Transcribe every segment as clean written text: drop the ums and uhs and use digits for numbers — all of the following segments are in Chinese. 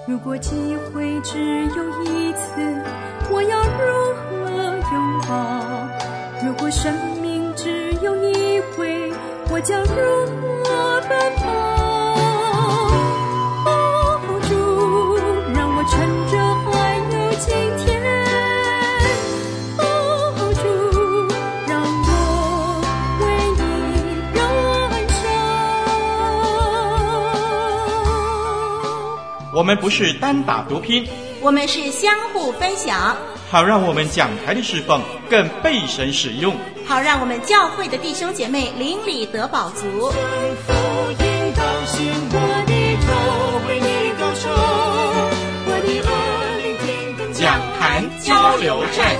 如果机会只有一次，我要如何拥抱？如果生命只有一回，我将如何奔跑？哦，主，让我趁着还有今天，哦，主，让我为你燃烧。 我们不是单打独拼， 我们是相互分享， 好让我们讲台的侍奉更被神使用， 好让我们教会的弟兄姐妹邻里得饱足。 福音高兴我的头为你高唱，我的耳聆听讲坛交流站。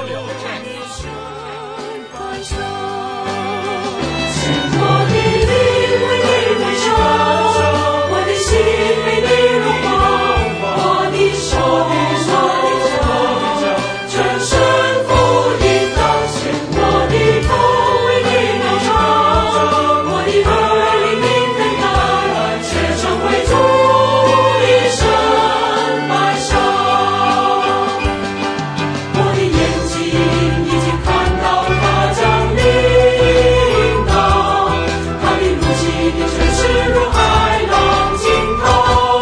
我的灵为你燃烧，我的心为你融化，我的手全身福音高兴，我的头为你高唱，我的耳聆听等待，且成为主一生白烧。我的眼睛已经看到他将领导，他的怒气真是如海浪惊涛。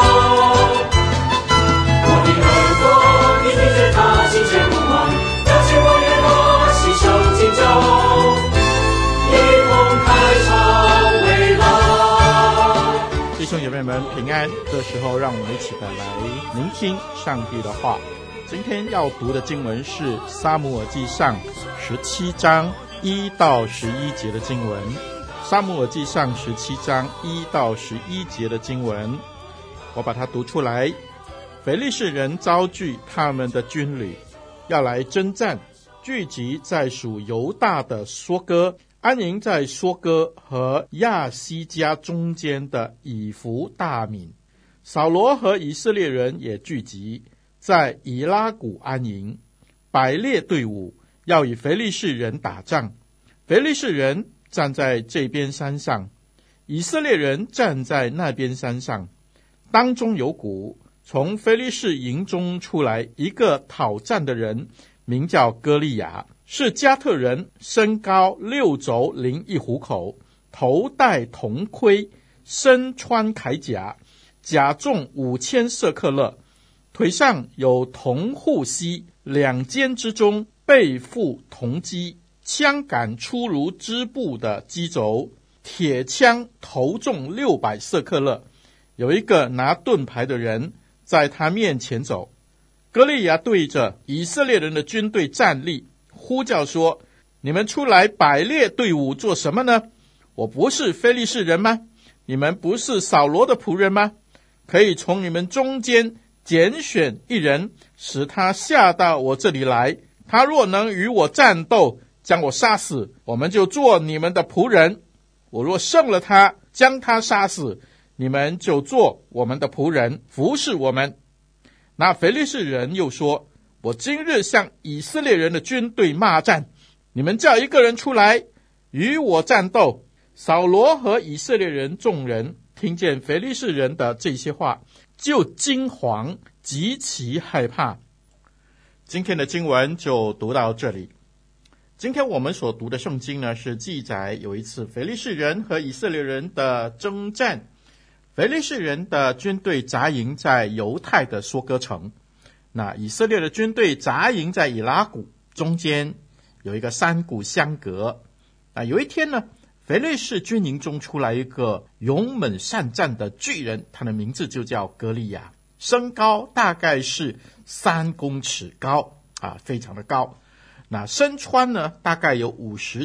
我的耳朵已听见他亲切呼唤，邀请我与他携手敬酒，一同开唱未来。 弟兄姐妹们平安，这时候让我们一起的来聆听上帝的话。今天要读的经文是撒母耳记上17章1到11节的经文。撒母耳记上17章1到11节的经文，我把它读出来。非利士人招聚他们的军旅，要来征战，聚集在属犹大的梭哥，安营在梭哥和亚西加中间的以弗大敏。扫罗和以色列人也聚集在以拉谷安营，摆列队伍，要与非利士人打仗。非利士人站在这边山上，以色列人站在那边山上。当中有谷，从非利士营中出来一个讨战的人，名叫歌利亚，是加特人，身高6肘零1虎口，头戴铜盔，身穿铠甲，甲重5000舍克勒，腿上有铜护膝，2肩之中背负铜机，枪杆出如织布的机轴，铁枪头重600舍克勒。有一个拿盾牌的人在他面前走。歌利亚对着以色列人的军队站立，呼叫说：你们出来摆列队伍做什么呢？我不是非利士人吗？你们不是扫罗的仆人吗？可以从你们中间拣选一人，使他下到我这里来，他若能与我战斗，将我杀死，我们就做你们的仆人。我若胜了他，将他杀死，你们就做我们的仆人，服侍我们。那非利士人又说：我今日向以色列人的军队骂战，你们叫一个人出来与我战斗。扫罗和以色列人众人听见非利士人的这些话，就惊惶，极其害怕。今天的经文就读到这里。今天我们所读的圣经呢，是记载有一次非利士人和以色列人的征战。非利士人的军队扎营在犹太的梭哥城，那以色列的军队扎营在以拉谷，中间有一个山谷相隔。有一天呢，非利士军营中出来一个勇猛善战的巨人，他的名字就叫歌利亚，身高大概是3公尺高，非常的高。那身穿呢，大概有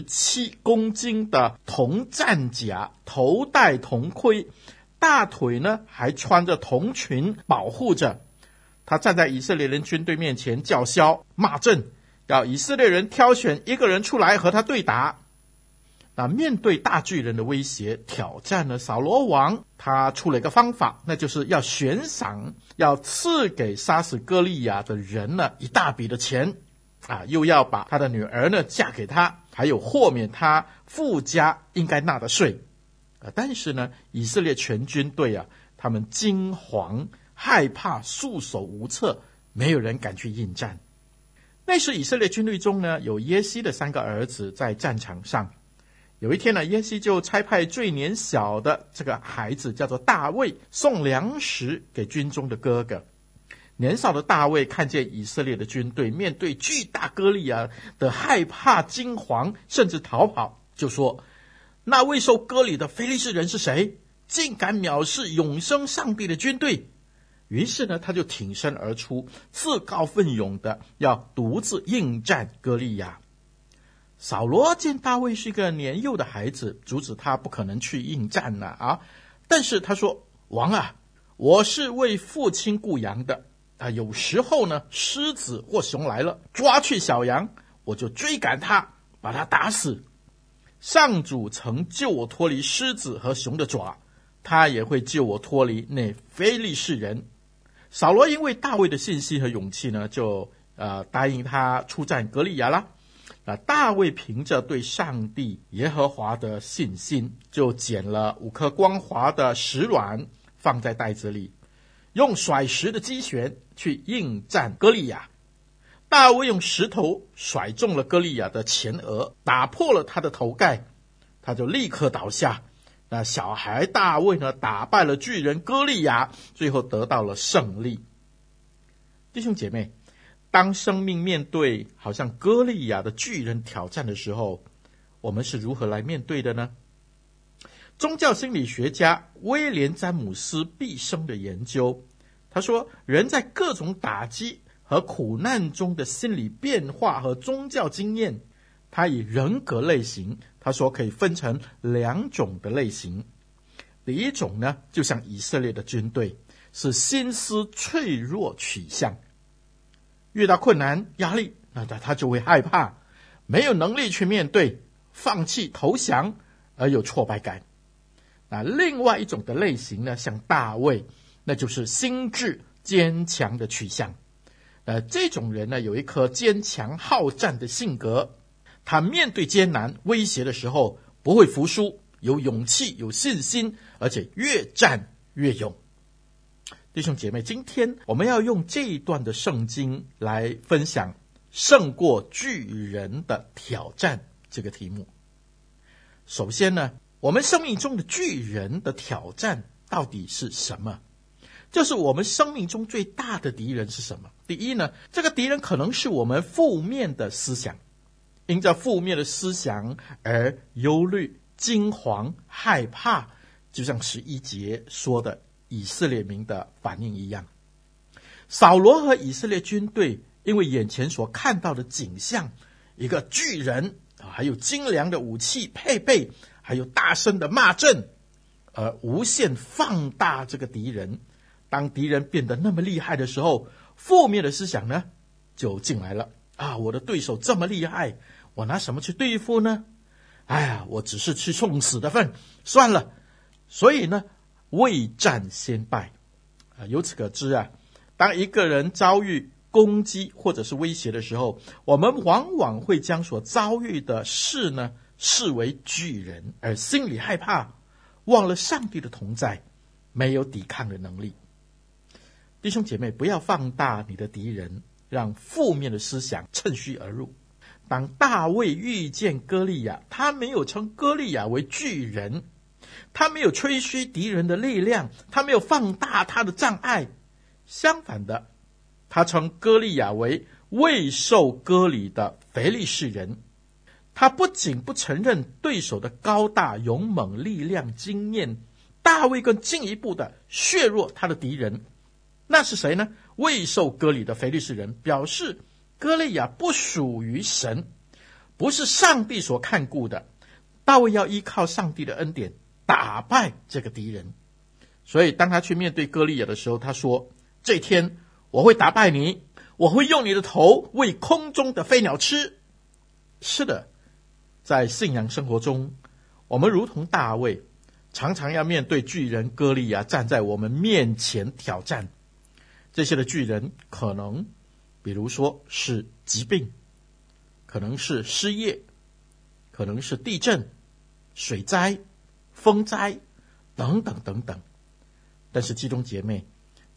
57公斤的铜战甲，头戴铜盔，大腿呢还穿着铜裙保护着。他站在以色列人军队面前叫嚣骂阵，要以色列人挑选一个人出来和他对打。那面对大巨人的威胁挑战呢，扫罗王他出了一个方法，那就是要悬赏，要赐给杀死歌利亚的人呢一大笔的钱，又要把他的女儿呢嫁给他，还有豁免他父家应该纳的税。但是呢，以色列全军队他们惊惶害怕，束手无策，没有人敢去应战。那时以色列军队中呢，有耶西的3个儿子在战场上。有一天呢，耶西就差派最年小的这个孩子叫做大卫，送粮食给军中的哥哥。年少的大卫看见以色列的军队面对巨大歌利亚的害怕惊惶，甚至逃跑，就说：那未受割礼的非利士人是谁？竟敢藐视永生上帝的军队！于是呢，他就挺身而出，自告奋勇的要独自应战歌利亚。扫罗见大卫是一个年幼的孩子，阻止他不可能去应战啊！但是他说：王啊，我是为父亲雇羊的有时候呢，狮子或熊来了，抓去小羊，我就追赶他，把他打死。上主曾救我脱离狮子和熊的爪，他也会救我脱离那非利士人。扫罗因为大卫的信心和勇气呢，就答应他出战歌利亚啦。大卫凭着对上帝耶和华的信心，就捡了5颗光滑的石卵放在袋子里，用甩石的机旋去应战歌利亚。大卫用石头甩中了歌利亚的前额，打破了他的头盖，他就立刻倒下。那小孩大卫呢，打败了巨人歌利亚，最后得到了胜利。弟兄姐妹，当生命面对好像歌利亚的巨人挑战的时候，我们是如何来面对的呢？宗教心理学家威廉·詹姆斯毕生的研究，他说，人在各种打击和苦难中的心理变化和宗教经验，他以人格类型，他说可以分成2种的类型。第一种呢，就像以色列的军队，是心思脆弱取向，遇到困难压力，那他就会害怕，没有能力去面对，放弃投降，而有挫败感。那另外一种的类型呢，像大卫，那就是心智坚强的取向。这种人呢，有一颗坚强好战的性格，他面对艰难威胁的时候不会服输，有勇气有信心，而且越战越勇。弟兄姐妹，今天我们要用这一段的圣经来分享胜过巨人的挑战这个题目。首先呢，我们生命中的巨人的挑战到底是什么？就是我们生命中最大的敌人是什么？第一呢，这个敌人可能是我们负面的思想，因着负面的思想而忧虑、惊惶、害怕，就像11节说的以色列民的反应一样。扫罗和以色列军队因为眼前所看到的景象，一个巨人还有精良的武器配备，还有大声的骂阵，无限放大这个敌人。当敌人变得那么厉害的时候，负面的思想呢就进来了我的对手这么厉害，我拿什么去对付呢？我只是去送死的份，算了。所以呢，未战先败由此可知当一个人遭遇攻击或者是威胁的时候，我们往往会将所遭遇的事呢视为巨人，而心里害怕，忘了上帝的同在，没有抵抗的能力。弟兄姐妹，不要放大你的敌人，让负面的思想趁虚而入。当大卫遇见歌利亚，他没有称歌利亚为巨人，他没有吹嘘敌人的力量，他没有放大他的障碍，相反的，他称歌利亚为未受割礼的非利士人。他不仅不承认对手的高大勇猛、力量经验，大卫更进一步的削弱他的敌人。那是谁呢？未受割礼的非利士人，表示歌利亚不属于神，不是上帝所看顾的。大卫要依靠上帝的恩典打败这个敌人。所以当他去面对歌利亚的时候，他说，这天我会打败你，我会用你的头喂空中的飞鸟吃。是的，在信仰生活中，我们如同大卫，常常要面对巨人歌利亚站在我们面前挑战。这些的巨人可能比如说是疾病，可能是失业，可能是地震、水灾、风灾等等等等。但是弟兄姐妹，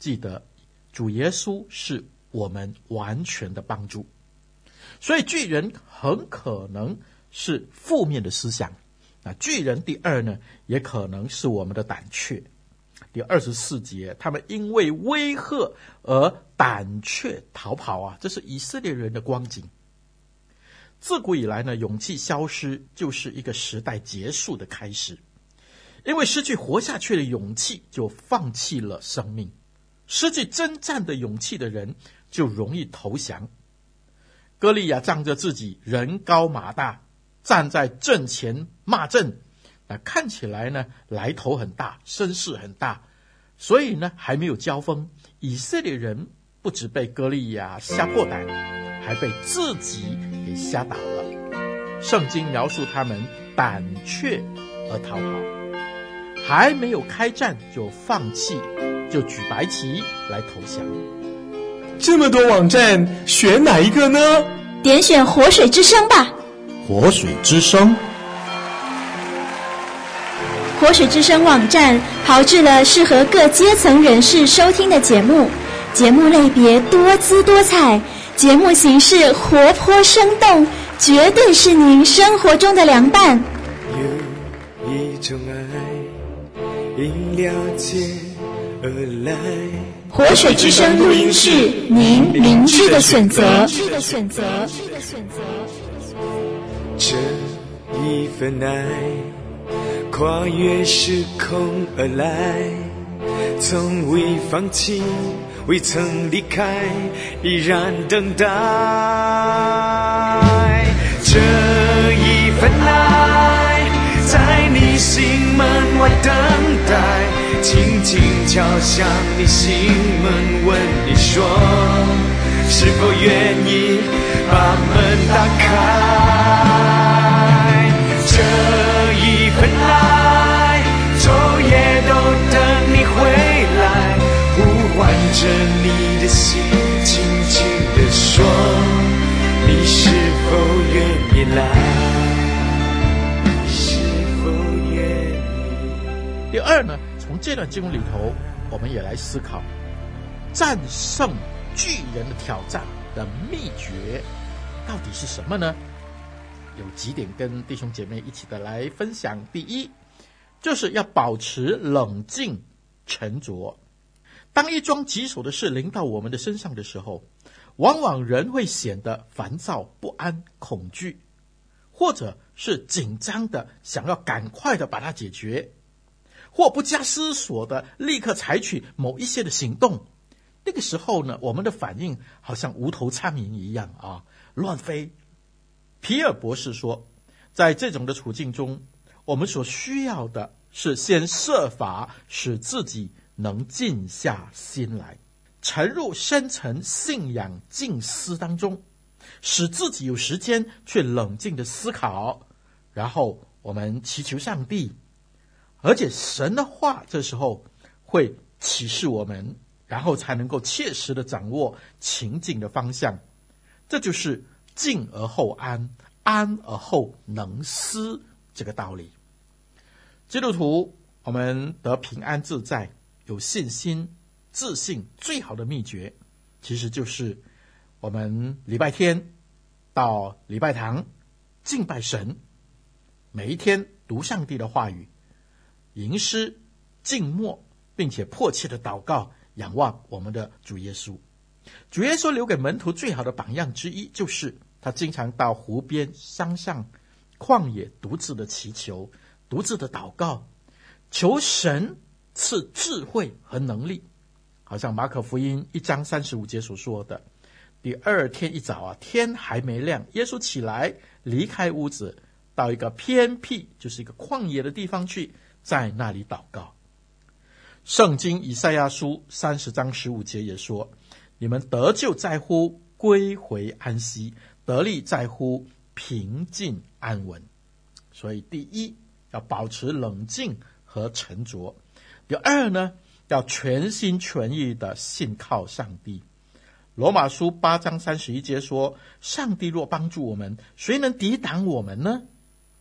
记得主耶稣是我们完全的帮助。所以巨人很可能是负面的思想。那巨人第二呢，也可能是我们的胆怯。第24节，他们因为威吓而胆怯逃跑啊，这是以色列人的光景。自古以来呢，勇气消失就是一个时代结束的开始。因为失去活下去的勇气，就放弃了生命。失去征战的勇气的人，就容易投降。歌利亚仗着自己人高马大，站在阵前骂阵，看起来呢来头很大，声势很大，所以呢还没有交锋，以色列人不只被歌利亚吓破胆，还被自己给吓倒了。圣经描述他们胆怯而逃跑，还没有开战就放弃，就举白旗来投降。 这么多网站，选哪一个呢？ 点选活水之声吧。 活水之声， 活水之声网站炮制了适合各阶层人士收听的节目，节目类别多姿多彩，节目形式活泼生动，绝对是您生活中的良伴。 有一种爱因了解而来， 活水之声录音室，您明智的选择。 这一份爱跨越时空而来，从未放弃，未曾离开，依然等待。这一份爱在你心门外等待，轻轻敲响你心门，问你说是否愿意把门打开。这一份爱昼夜都等你回来，呼唤着你的心，轻轻地说你是否愿意来，是否愿意。 第二呢，从这段经文里头，我们也来思考战胜巨人的挑战的秘诀到底是什么呢？有几点跟弟兄姐妹一起的来分享。第一，就是要保持冷静沉着。当一桩棘手的事临到我们的身上的时候，往往人会显得烦躁不安恐惧，或者是紧张的想要赶快的把它解决，或不加思索的立刻采取某一些的行动。那个时候呢，我们的反应好像无头苍蝇一样啊，乱飞。皮尔博士说，在这种的处境中，我们所需要的是先设法使自己能静下心来，沉入深层信仰静思当中，使自己有时间去冷静的思考，然后我们祈求上帝，而且神的话这时候会启示我们，然后才能够切实的掌握情境的方向。这就是静而后安，安而后能思这个道理。基督徒我们得平安自在有信心自信，最好的秘诀其实就是我们礼拜天到礼拜堂敬拜神，每一天读上帝的话语，吟诗静默，并且迫切的祷告仰望我们的主耶稣。主耶稣留给门徒最好的榜样之一，就是他经常到湖边山上旷野独自的祈求，独自的祷告，求神赐智慧和能力。好像马可福音1章35节所说的，第二天一早天还没亮，耶稣起来离开屋子，到一个偏僻，就是一个旷野的地方去，在那里祷告。圣经以赛亚书30章15节也说，你们得救在乎归回安息，得力在乎平静安稳。所以第一，要保持冷静和沉着。第二呢，要全心全意的信靠上帝。罗马书8章31节说，上帝若帮助我们，谁能抵挡我们呢？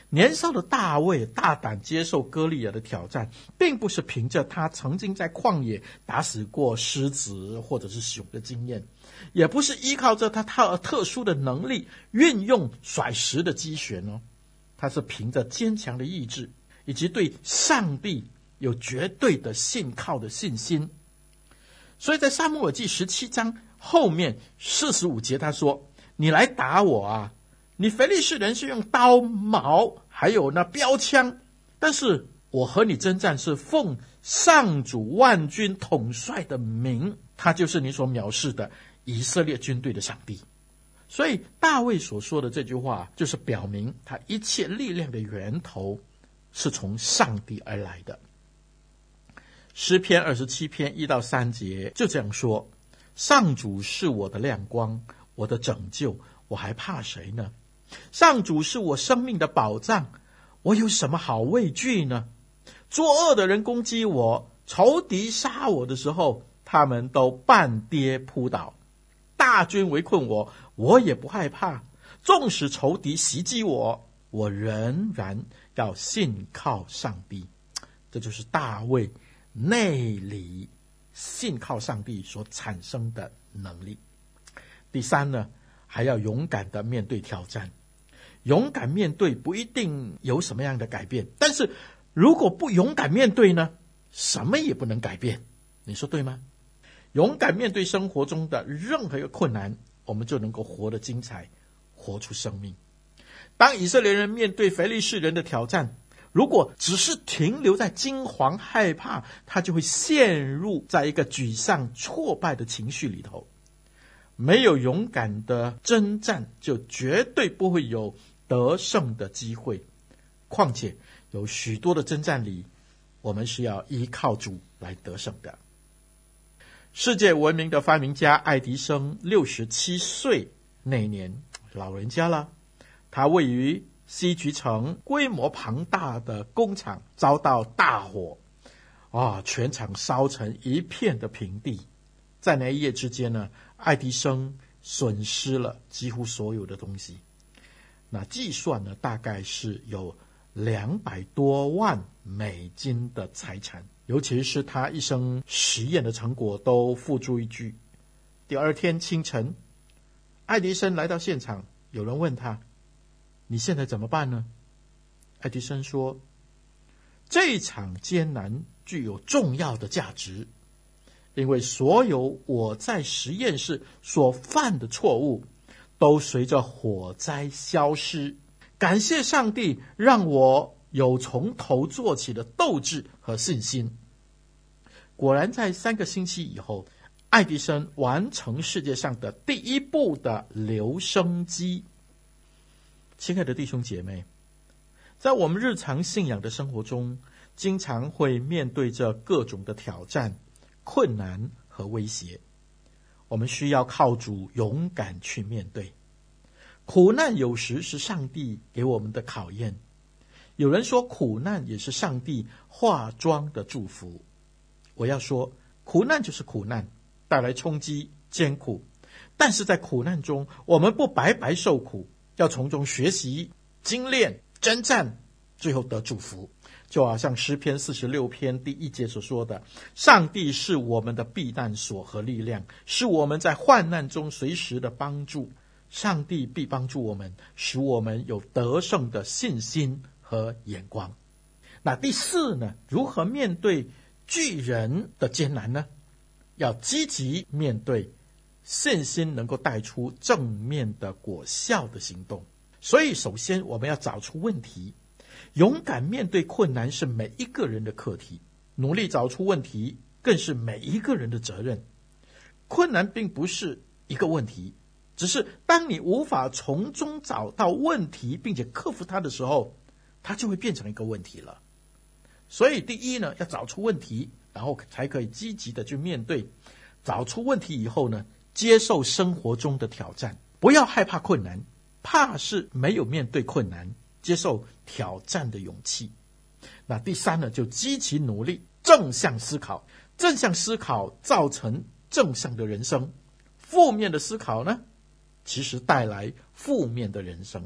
年少的大卫大胆接受歌利亚的挑战，并不是凭着他曾经在旷野打死过狮子或者是熊的经验，也不是依靠着他特殊的能力运用甩石的机旋哦，他是凭着坚强的意志以及对上帝有绝对的信靠的信心。所以在撒母耳记17章后面45节他说，你来打我啊，你非利士人是用刀矛还有那标枪，但是我和你征战是奉上主万军统帅的名，他就是你所藐视的以色列军队的上帝。所以大卫所说的这句话就是表明他一切力量的源头是从上帝而来的。诗篇27篇1到3节就这样说，上主是我的亮光，我的拯救，我还怕谁呢？上主是我生命的保障，我有什么好畏惧呢？作恶的人攻击我，仇敌杀我的时候，他们都半跌扑倒。大军围困我，我也不害怕。纵使仇敌袭击我，我仍然要信靠上帝。这就是大卫内里信靠上帝所产生的能力。第三呢，还要勇敢的面对挑战。勇敢面对不一定有什么样的改变，但是如果不勇敢面对呢，什么也不能改变。你说对吗？勇敢面对生活中的任何一个困难，我们就能够活得精彩，活出生命。当以色列人面对非利士人的挑战，如果只是停留在惊惶害怕，他就会陷入在一个沮丧挫败的情绪里头。没有勇敢的征战，就绝对不会有得胜的机会。况且有许多的征战里，我们是要依靠主来得胜的。世界闻名的发明家爱迪生67岁那年，老人家了，他位于西局城规模庞大的工厂遭到大火，全厂烧成一片的平地。在那一夜之间呢，爱迪生损失了几乎所有的东西。那计算呢，大概是有200多万美金的财产，尤其是他一生实验的成果都付诸一炬。第二天清晨，爱迪生来到现场，有人问他，你现在怎么办呢？爱迪生说，这场艰难具有重要的价值，因为所有我在实验室所犯的错误都随着火灾消失。感谢上帝让我有从头做起的斗志和信心。果然在3个星期以后，爱迪生完成世界上的第一部的留声机。亲爱的弟兄姐妹，在我们日常信仰的生活中，经常会面对着各种的挑战、困难和威胁，我们需要靠主勇敢去面对。苦难有时是上帝给我们的考验，有人说苦难也是上帝化妆的祝福。我要说，苦难就是苦难，带来冲击、艰苦，但是在苦难中，我们不白白受苦，要从中学习、精炼、征战，最后得祝福。就好像诗篇46篇第1节所说的，上帝是我们的避难所和力量，是我们在患难中随时的帮助。上帝必帮助我们，使我们有得胜的信心和眼光。那第4呢，如何面对巨人的艰难呢？要积极面对，信心能够带出正面的果效的行动。所以首先我们要找出问题，勇敢面对困难是每一个人的课题，努力找出问题更是每一个人的责任。困难并不是一个问题，只是当你无法从中找到问题并且克服它的时候，它就会变成一个问题了。所以第1呢，要找出问题，然后才可以积极的去面对。找出问题以后呢，接受生活中的挑战，不要害怕困难，怕是没有面对困难、接受挑战的勇气。那第3呢，就积极努力，正向思考。正向思考造成正向的人生，负面的思考呢，其实带来负面的人生。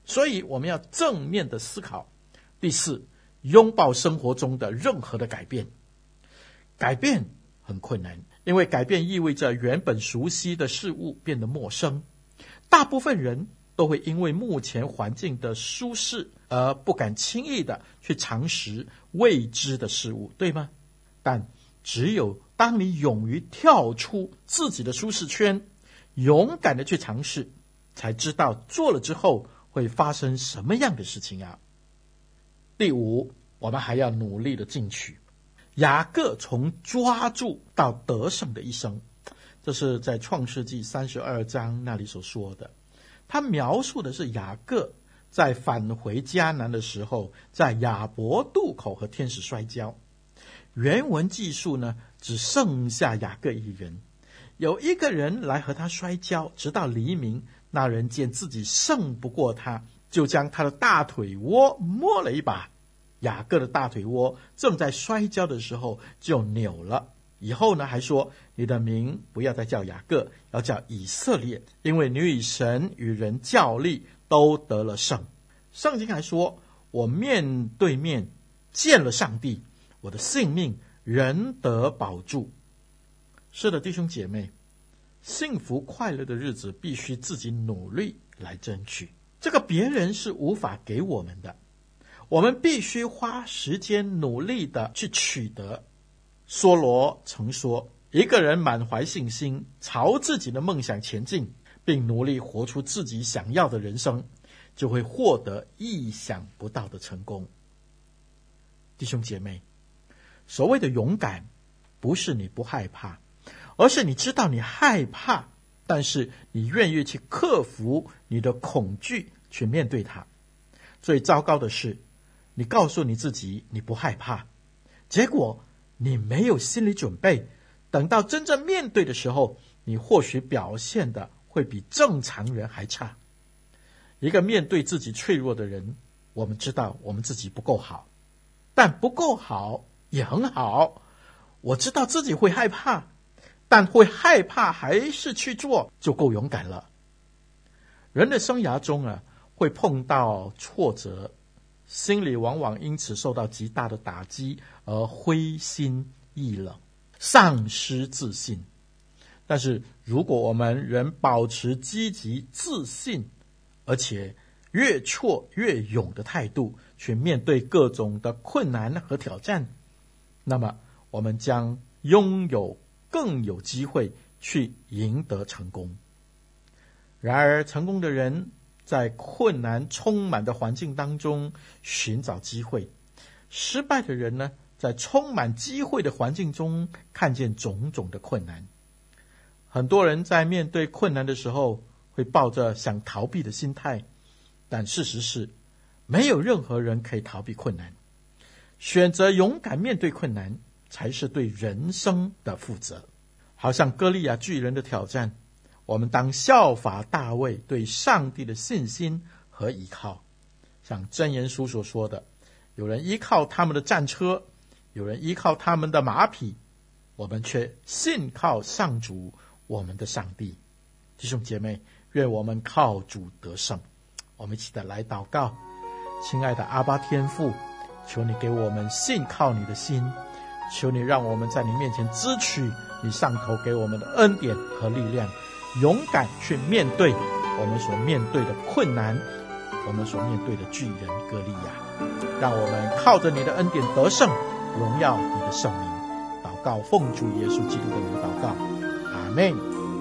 所以我们要正面的思考。第四，拥抱生活中的任何的改变。改变很困难，因为改变意味着原本熟悉的事物变得陌生。大部分人都会因为目前环境的舒适而不敢轻易的去尝试未知的事物，对吗？但只有当你勇于跳出自己的舒适圈，勇敢的去尝试，才知道做了之后会发生什么样的事情啊。第五，我们还要努力的进取。雅各从抓住到得胜的一生，这是在创世纪32章那里所说的。他描述的是雅各在返回迦南的时候，在雅博渡口和天使摔跤。原文记述呢，只剩下雅各一人，有一个人来和他摔跤，直到黎明。那人见自己胜不过他，就将他的大腿窝摸了一把。雅各的大腿窝正在摔跤的时候就扭了。以后呢，还说你的名不要再叫雅各，要叫以色列，因为你与神与人较力都得了胜。圣经还说，我面对面见了上帝，我的性命仍得保住。是的，弟兄姐妹，幸福快乐的日子必须自己努力来争取，这个别人是无法给我们的，我们必须花时间努力的去取得。梭罗曾说，一个人满怀信心，朝自己的梦想前进，并努力活出自己想要的人生，就会获得意想不到的成功。弟兄姐妹，所谓的勇敢，不是你不害怕，而是你知道你害怕，但是你愿意去克服你的恐惧，去面对它。最糟糕的是，你告诉你自己你不害怕，结果你没有心理准备，等到真正面对的时候，你或许表现的会比正常人还差。一个面对自己脆弱的人，我们知道我们自己不够好，但不够好也很好。我知道自己会害怕，但会害怕还是去做，就够勇敢了。人的生涯中会碰到挫折，心里往往因此受到极大的打击，而灰心意冷，丧失自信。但是如果我们仍保持积极自信，而且越挫越勇的态度去面对各种的困难和挑战，那么我们将更有机会去赢得成功。然而成功的人在困难充满的环境当中寻找机会，失败的人呢，在充满机会的环境中看见种种的困难。很多人在面对困难的时候会抱着想逃避的心态，但事实是没有任何人可以逃避困难。选择勇敢面对困难，才是对人生的负责。好像歌利亚巨人的挑战，我们当效法大卫对上帝的信心和依靠。像箴言书所说的，有人依靠他们的战车，有人依靠他们的马匹，我们却信靠上主我们的上帝。弟兄姐妹，愿我们靠主得胜。我们一起的来祷告。亲爱的阿爸天父，求你给我们信靠你的心，求你让我们在你面前支取你上头给我们的恩典和力量，勇敢去面对我们所面对的困难，我们所面对的巨人歌利亚。让我们靠着你的恩典得胜，荣耀你的圣名。祷告奉主耶稣基督的名祷告，阿们。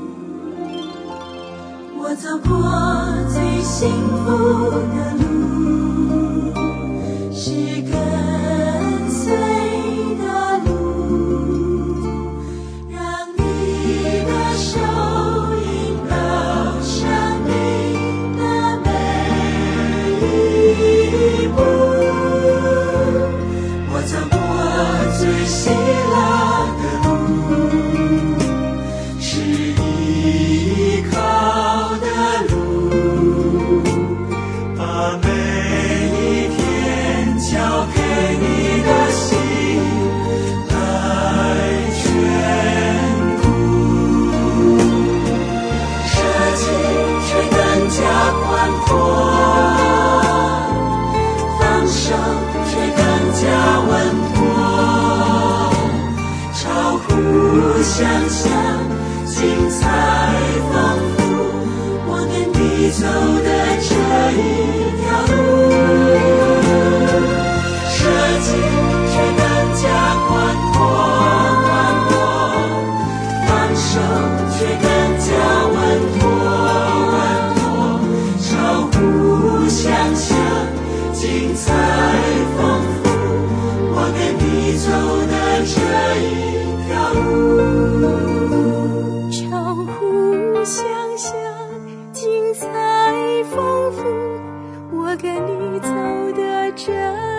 我走过最幸福的路，是跟随的路，让你的手引导生命的每一步。我走过最喜乐的路，是依靠的路，把每一天交给你的心来眷顾，舍己却更加宽阔。 精彩丰富，我跟你走的这一条路。 超乎想象，精彩丰富，我跟你走的这